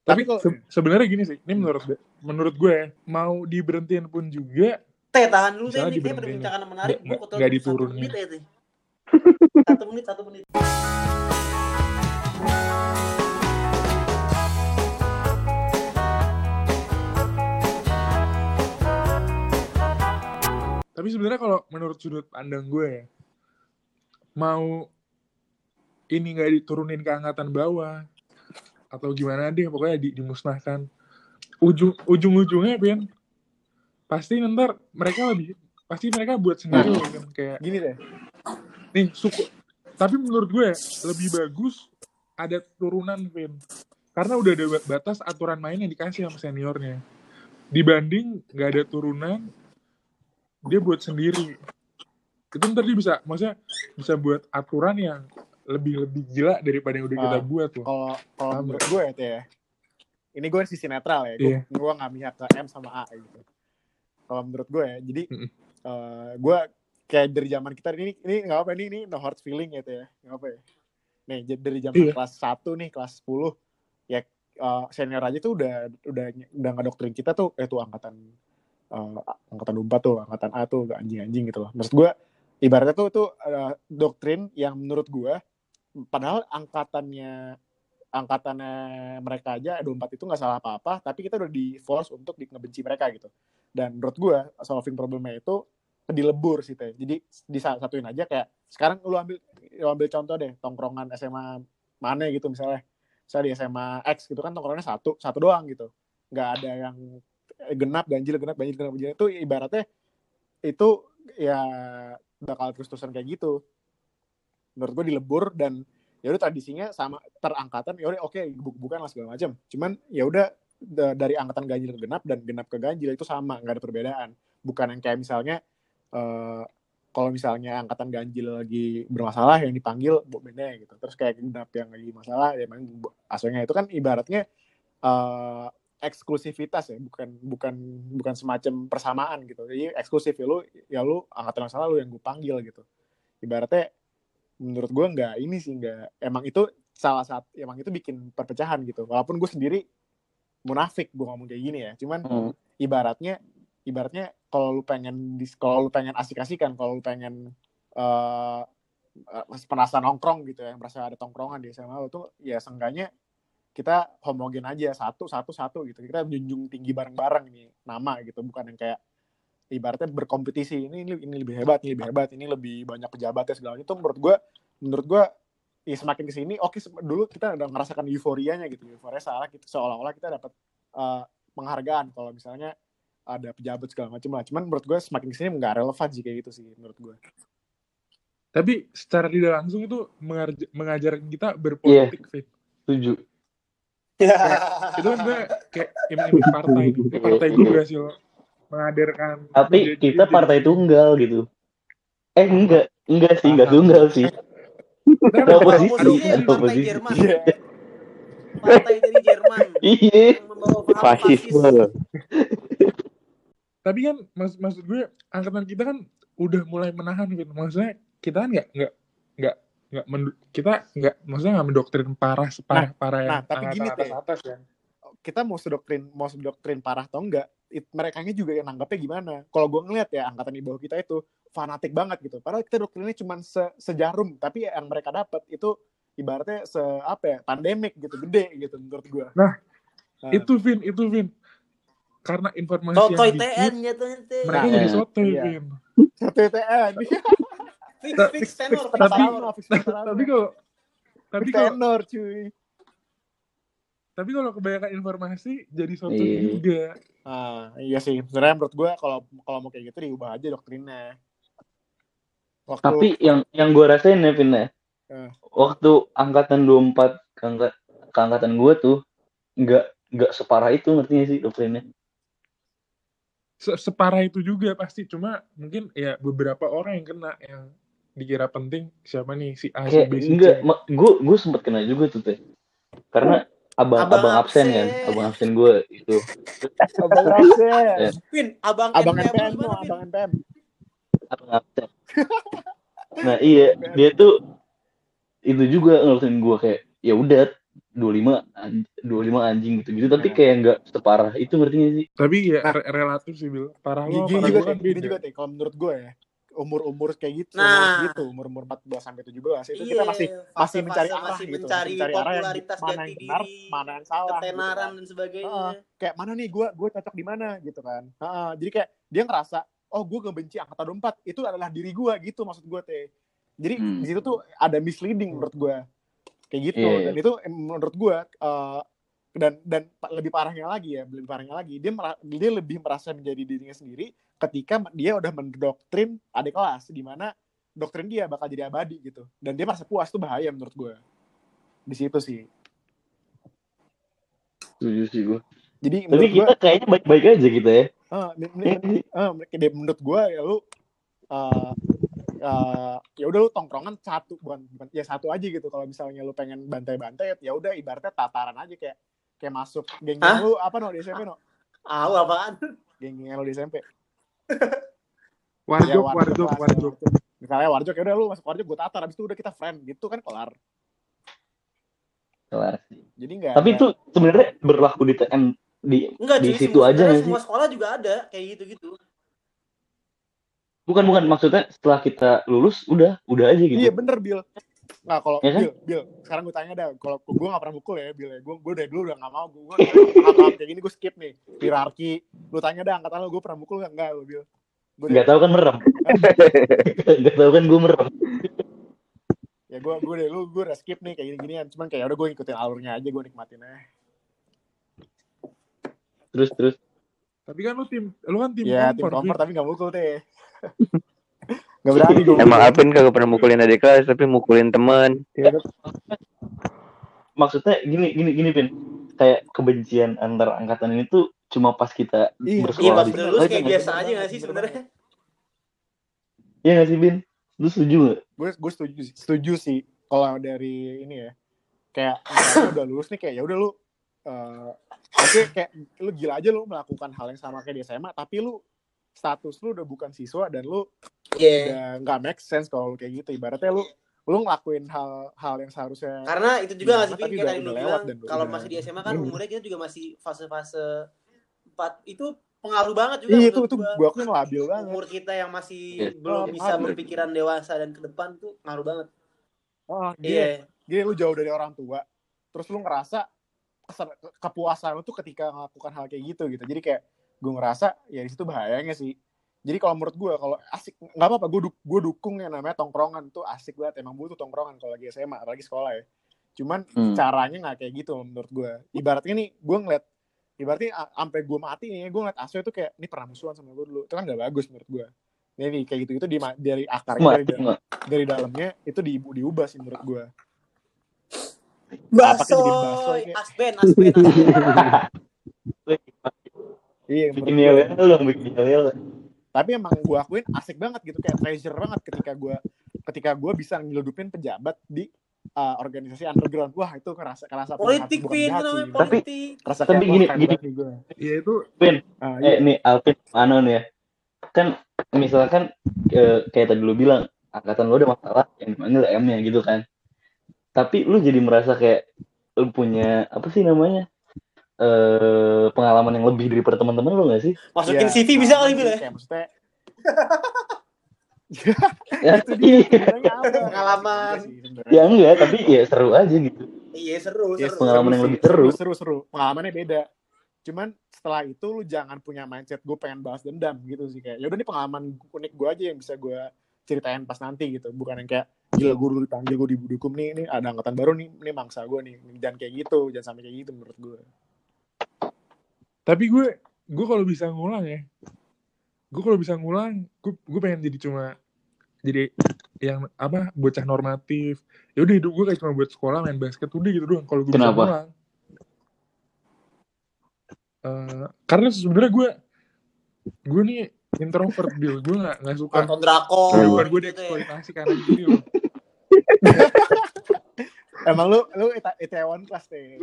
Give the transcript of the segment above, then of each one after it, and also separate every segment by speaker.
Speaker 1: Tapi sebenarnya gini sih, ini menurut gue ya, mau diberhentiin pun juga.
Speaker 2: Tahan dulu deh, ini kayak perbincangan menarik.
Speaker 1: Nggak diturunin.
Speaker 2: 1 menit.
Speaker 1: Tapi sebenarnya kalau menurut sudut pandang gue ya, mau ini nggak diturunin ke angkatan bawah atau gimana deh, pokoknya dimusnahkan. Ujung-ujungnya Pian, pasti ntar mereka buat sendiri kan, kayak
Speaker 3: gini deh.
Speaker 1: Nih suku. Tapi menurut gue lebih bagus ada turunan, Vin. Karena udah ada batas aturan main yang dikasih sama seniornya. Dibanding nggak ada turunan, dia buat sendiri. Itu ntar dia bisa buat aturan yang lebih gila daripada yang udah kita buat loh.
Speaker 3: Kalau menurut gue ya, ini gue sisi netral ya. Gue nggak mihak ke M sama A gitu. Kalau menurut gue ya, jadi gue kayak dari zaman kita ini nggak apa, ini no hard feeling gitu ya, nggak apa ya. Nih dari zaman kelas 1 nih, kelas 10 ya, senior aja tuh udah ngedoktrin kita tuh angkatan 4 tuh, angkatan A tuh gak anjing gitu loh. Maksud gue ibaratnya tuh doktrin yang menurut gue, padahal angkatannya mereka aja 24 itu nggak salah apa-apa, tapi kita udah di force untuk ngebenci mereka gitu. Dan menurut gue solving problemnya itu dilebur sih teh. Jadi disatuin aja, kayak sekarang lu ambil contoh deh, tongkrongan SMA mana gitu misalnya di SMA X gitu kan, tongkrongannya satu doang gitu, nggak ada yang genap ganjil itu ibaratnya itu ya bakal terus-terusan kayak gitu. Menurut gue dilebur, dan ya udah tradisinya sama terangkatan, ya udah oke, bukan lah segala macam. Cuman ya udah dari angkatan ganjil ke genap dan genap ke ganjil itu sama, nggak ada perbedaan. Bukan yang kayak misalnya kalau misalnya angkatan ganjil lagi bermasalah yang dipanggil benda gitu, terus kayak genap yang lagi masalah ya main aslinya. Itu kan ibaratnya eksklusivitas ya, bukan semacam persamaan gitu. Jadi eksklusif ya lu angkatan masalah lu yang gue panggil gitu. Ibaratnya menurut gue emang itu salah satu, emang itu bikin perpecahan gitu. Walaupun gue sendiri munafik gue ngomong kayak gini ya, cuman ibaratnya kalau lu pengen asik-asikan, kalau lu pengen merasa nongkrong gitu ya, merasa ada tongkrongan di SMA lu tuh, ya seenggaknya kita homogen aja, satu gitu. Kita menjunjung tinggi bareng-bareng nih nama gitu, bukan yang kayak ibaratnya berkompetisi, ini lebih hebat, ini lebih banyak pejabatnya segala itu. Menurut gue ya semakin kesini, oke, dulu kita udah merasakan euforianya gitu, euforia salah gitu, seolah-olah kita dapat penghargaan kalau misalnya ada pejabat segala macam lah. Cuman menurut gue semakin kesini nggak relevan sih kayak gitu sih menurut gue.
Speaker 1: Tapi secara tidak langsung itu mengajarkan kita berpolitik, Fit.
Speaker 4: Setuju.
Speaker 1: Itu kan gue kayak iming partai gue berhasil menghadirkan.
Speaker 4: Tapi kita partai tunggal gitu. Enggak sih, enggak tunggal sih. Ada oposisi.
Speaker 2: Jerman. Partai dari Jerman.
Speaker 4: Iya. Fasisme.
Speaker 1: Tapi kan maksud gue angkatan kita kan udah mulai menahan gitu. Maksudnya kita kan nggak maksudnya nggak mendoktrin parah yang
Speaker 3: tapi gini
Speaker 1: atas ya.
Speaker 3: Kita mau sedoktrin parah atau enggak, mereka juga yang nanggapnya gimana. Kalau gue ngeliat ya, angkatan di bawah kita itu fanatik banget gitu. Padahal kita doktrinnya cuma sejarum, tapi yang mereka dapat itu ibaratnya pandemik gitu, gede gitu menurut gue.
Speaker 1: Nah. Itu Vin. Karena informasi
Speaker 2: sotoy
Speaker 1: yang dikit, mereka jadi sotoy, Vin.
Speaker 3: Sotoy TN.
Speaker 2: Fix tenor.
Speaker 1: Tapi kalau kebanyakan informasi jadi sotoy juga.
Speaker 3: Iya sih. Sebenarnya menurut gue kalau mau kayak gitu diubah aja doktrinnya.
Speaker 4: Tapi yang gue rasain ya, Vin, waktu angkatan 24 ke angkatan gue tuh nggak separah itu, ngerti nggak sih doktrinnya?
Speaker 1: Separah itu juga pasti, cuma mungkin ya beberapa orang yang kena, yang dikira penting siapa nih, si A, si B, si C.
Speaker 4: Gue sempet kena juga tuh teh, karena abang absen kan, abang absen gue itu.
Speaker 3: Abang absen.
Speaker 2: Win, abang
Speaker 3: NPM.
Speaker 4: Abang absen. Nah iya, dia tuh itu juga ngelutin gue kayak ya udah 25 anjing gitu tapi kayak nggak separah itu, ngerti gak sih?
Speaker 1: Tapi ya relatif sih, Bil. Parah lo parah gue kan beda
Speaker 3: juga kalau menurut gue ya, umur kayak gitu, umur 14 sampai 17 itu kita masih mencari arah gitu, mencari
Speaker 2: popularitas
Speaker 3: mana yang benar, mana yang salah,
Speaker 2: ketenaran gitu, dan sebagainya.
Speaker 3: Kayak mana nih gue cocok di mana gitu kan. Jadi kayak dia ngerasa, oh gue ngebenci angkatan 24 itu adalah diri gue gitu, maksud gue teh. Jadi di situ tuh ada misleading menurut gue kayak gitu. Dan itu menurut gue dan lebih parahnya lagi dia lebih merasa menjadi dirinya sendiri ketika dia udah mendoktrin adik kelas, di mana doktrin dia bakal jadi abadi gitu, dan dia merasa puas. Tuh bahaya menurut gue di situ sih.
Speaker 4: Setuju sih gue.
Speaker 3: Jadi
Speaker 4: tapi kita kayaknya baik-baik aja gitu ya.
Speaker 3: Menurut gue ya lu ya udah lu tongkrongan satu, bukan ya satu aja gitu. Kalau misalnya lu pengen bantai-bantai ya udah ibaratnya tataran aja, kayak masuk geng lu apa di SMP
Speaker 2: apaan?
Speaker 3: Geng lu di SMP.
Speaker 1: Warjok. Misalnya
Speaker 3: Warjok, ya udah lu masuk Warjok, gue tatar, habis itu udah kita friend gitu kan, kelar
Speaker 4: sih.
Speaker 3: Jadi enggak.
Speaker 4: Tapi itu sebenarnya berlaku di TM di situ aja sih.
Speaker 2: Semua sekolah juga ada kayak gitu-gitu.
Speaker 4: Bukan maksudnya setelah kita lulus udah aja gitu.
Speaker 3: Iya bener, Bil. Nah kalau
Speaker 4: ya kan?
Speaker 3: Bil, sekarang gue tanya dah, kalau gue nggak pernah mukul ya, Bil ya, gue dari dulu udah nggak mau, gue kayak gini gue skip nih hierarki. Lu tanya dah angkatan lu, gue pernah mukul nggak lu, Bil?
Speaker 4: Nggak tahu kan merem. Nggak tahu kan gue merem.
Speaker 3: Ya gue dari dulu gue udah skip nih kayak gini-ginian, cuman kayak udah gue ngikutin alurnya aja, gue nikmatin aja.
Speaker 4: Terus.
Speaker 1: Tapi kan lu kan tim
Speaker 3: kompor tapi nggak mukul deh. Gak berani gue.
Speaker 5: Emang Alvin kagak pernah mukulin adik kelas, tapi mukulin teman.
Speaker 4: Maksudnya gini Pin, kayak kebencian antar angkatan ini tuh cuma pas kita bersekolah.
Speaker 2: Iya, pas lulus kayak biasa aja nggak sih sebenarnya?
Speaker 4: Iya nggak sih, Bin? Lu setuju nggak?
Speaker 3: Gue setuju sih. Kalau dari ini ya, kayak udah lulus nih, kayak ya udah lu oke, kayak lu gila aja lu melakukan hal yang sama kayak di SMA, tapi lu status lu udah bukan siswa dan lu udah nggak make sense kalau kayak gitu. Ibaratnya lu ngelakuin hal yang seharusnya,
Speaker 2: karena itu juga nggak sih, kayak tadi lu bilang kalau masih di SMA kan umurnya kita juga masih fase-fase 4, itu pengaruh banget juga.
Speaker 3: Iya, itu gua akuin labil banget.
Speaker 2: Umur kita yang masih belum bisa berpikiran dewasa dan ke depan tuh ngaruh banget.
Speaker 3: Gini lu jauh dari orang tua, terus lu ngerasa kepuasan lu tuh ketika melakukan hal kayak gitu. Jadi kayak gue ngerasa ya di situ bahayanya sih. Jadi kalau menurut gue, kalau asik nggak apa-apa, gue dukung yang namanya tongkrongan tuh asik banget, emang butuh tongkrongan kalau lagi SMA, lagi sekolah ya. Cuman caranya nggak kayak gitu menurut gue. Ibaratnya nih gue ngeliat, sampai gue mati nih, gue ngeliat Aso itu kayak ini pernah musuhan sama gue dulu, itu kan nggak bagus menurut gue. Nih kayak gitu dari akarnya, dari dalamnya itu diubah sih menurut gue.
Speaker 2: Basoy, Asben.
Speaker 3: Iya,
Speaker 4: bikin yel.
Speaker 3: Tapi emang gue akuin asik banget gitu, kayak treasure banget ketika gue bisa nyeludupin pejabat di organisasi underground. Wah, itu kerasa
Speaker 2: politik, Pin,
Speaker 3: tapi
Speaker 4: gini
Speaker 3: iya itu
Speaker 4: Pin. Nih Alvin mana nih ya, kan misalkan kayak tadi lu bilang angkatan lu ada masalah yang dipanggil M-nya gitu kan, tapi lu jadi merasa kayak lu punya apa sih namanya, pengalaman yang lebih daripada teman-teman lo nggak sih?
Speaker 2: Masukin CV bisa kali Bil ya?
Speaker 3: Kayak maksudnya
Speaker 2: pengalaman.
Speaker 3: Ya
Speaker 4: enggak, tapi ya seru aja gitu.
Speaker 2: Iya seru.
Speaker 4: Pengalaman yang lebih
Speaker 3: seru. Pengalamannya beda. Cuman setelah itu lu jangan punya mindset gue pengen balas dendam gitu sih, kayak ya udah nih pengalaman unik gue aja yang bisa gue ceritain pas nanti gitu, bukan yang kayak gila gue dulu dipanggil, gue dihukum nih ada angkatan baru nih mangsa gue nih, jangan kayak gitu, jangan sampai kayak gitu menurut gue.
Speaker 1: Tapi gue kalau bisa ngulang ya, gue pengen jadi yang apa, bocah normatif. Ya udah hidup gue kayak cuma buat sekolah, main basket, udah gitu doang. Kalau gue bisa ngulang. Karena sebenarnya gue nih introvert, Bil. Gue nggak suka
Speaker 2: nonton drakor.
Speaker 1: Bukan gue dieksploitasi karena gini loh.
Speaker 3: Emang lu Itaewon kelas deh.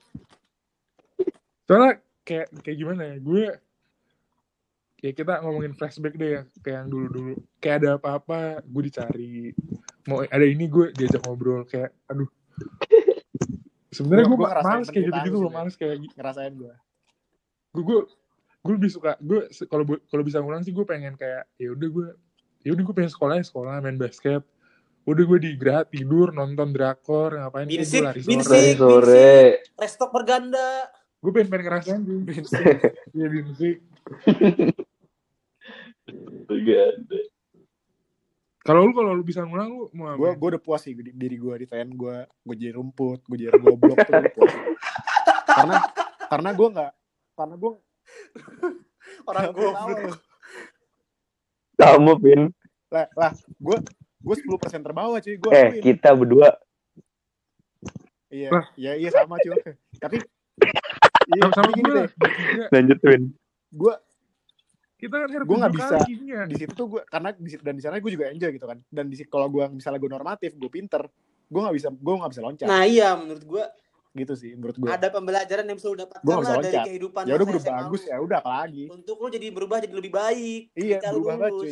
Speaker 1: Soalnya kayak gimana ya, gue kayak kita ngomongin flashback deh ya, kayak yang dulu kayak ada apa-apa gue dicari, mau ada ini gue diajak ngobrol, kayak aduh Sebenarnya gue males kayak gitu-gitu loh, males kayak
Speaker 3: ngerasain gue
Speaker 1: lebih suka, gue kalau bisa ngulang sih gue pengen kayak ya udah gue pengen sekolah main basket, udah gue di Graha tidur nonton drakor, ngapain kayak gue lari
Speaker 2: sore restock berganda,
Speaker 1: gue pengen ngerasain tuh iya binsik.
Speaker 4: Berganda.
Speaker 1: Kalau lu bisa ngulang lu mau
Speaker 3: apa? Gue udah puas sih diri gue di TN gue jadi rumput, gue jadi goblok tuh gue puas. karena gue
Speaker 2: orang goblok.
Speaker 5: Kamu Pin.
Speaker 3: Lah gue 10% terbawah cuy gue.
Speaker 5: Kita berdua.
Speaker 3: Iya sama cuy. Tapi
Speaker 1: sama
Speaker 3: gini deh.
Speaker 5: Lanjut Pin.
Speaker 1: Kita kan
Speaker 3: gue nggak bisa di situ tuh gue karena di sana gue juga enjoy gitu kan, dan kalau gue misalnya gue normatif, gue pinter, gue nggak bisa loncat.
Speaker 2: Nah iya menurut gue
Speaker 3: gitu sih, menurut gue
Speaker 2: ada pembelajaran yang bisa lu dapatkan lah dari kehidupan
Speaker 3: ya udah gue udah bagus ya udah apalagi
Speaker 2: untuk lu jadi berubah jadi lebih baik.
Speaker 3: Iya berubah banget cuy.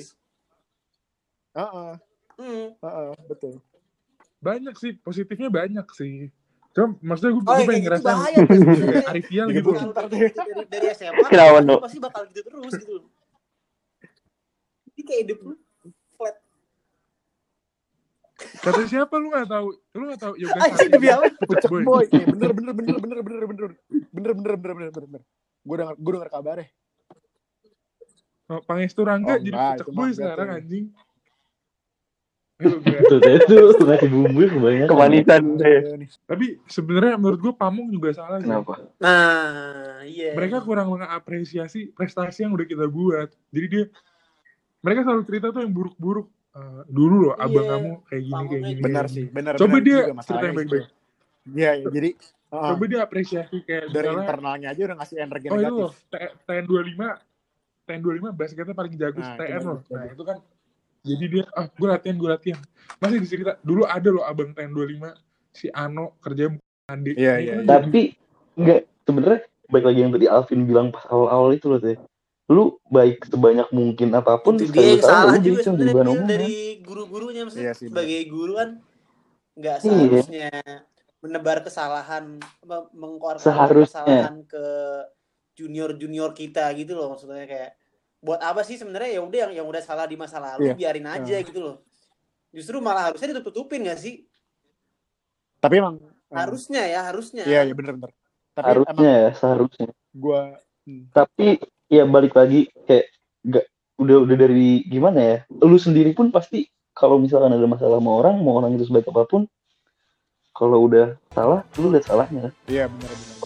Speaker 3: Betul,
Speaker 1: banyak sih positifnya, banyak sih. Cuma maksudnya gue pengen ngerasain Arifial gitu.
Speaker 2: Dari SMA pasti bakal gitu terus gitu. Ini kayak hidup lu flat.
Speaker 1: Kata siapa lu nggak tahu yoga
Speaker 2: sih dia
Speaker 3: pucet boy. Bener. Gue denger kabarnya.
Speaker 1: Pangestu Rangga jadi pucet boy sekarang anjing.
Speaker 4: Itu ngasih bumbu kebanyakan.
Speaker 5: Kemanisan deh.
Speaker 1: Tapi sebenarnya menurut gue Pamung juga salah.
Speaker 4: Kenapa?
Speaker 2: Nah, iya.
Speaker 1: Mereka kurang mengapresiasi prestasi yang udah kita buat. Jadi mereka selalu cerita tuh yang buruk-buruk. Dulu loh abang kamu kayak gini.
Speaker 3: Benar sih, benar.
Speaker 1: Coba dia cerita yang baik-baik.
Speaker 3: Iya, jadi
Speaker 1: coba dia apresiasi kayak
Speaker 3: dari internalnya aja udah ngasih energi negatif.
Speaker 1: Oh itu loh, TN25 basketnya paling jago TN loh. Nah itu kan jadi dia gue latihan. Masih dicerita dulu ada loh abang TN25 si Ano kerja adik.
Speaker 3: Iya.
Speaker 4: Tapi enggak, sebenarnya baik lagi yang tadi Alvin bilang pas awal-awal itu loh teh. Lu baik sebanyak mungkin apapun
Speaker 2: itu dia yang salah juga
Speaker 4: sebenarnya
Speaker 2: dari guru-gurunya, maksudnya sebagai guru kan nggak seharusnya menebar kesalahan, mengkorbankan kesalahan ke junior kita gitu loh, maksudnya kayak buat apa sih sebenarnya, ya udah yang udah salah di masa lalu biarin aja gitu loh. Justru malah harusnya ditutup-tutupin nggak sih?
Speaker 3: Tapi emang
Speaker 2: harusnya.
Speaker 3: Iya bener. Tapi
Speaker 4: harusnya seharusnya.
Speaker 3: Tapi
Speaker 4: ya balik lagi kayak udah dari gimana ya? Lu sendiri pun pasti kalau misalkan ada masalah sama orang, mau orang itu sebaik apapun, kalau udah salah, lu lihat salahnya.
Speaker 3: Iya benar.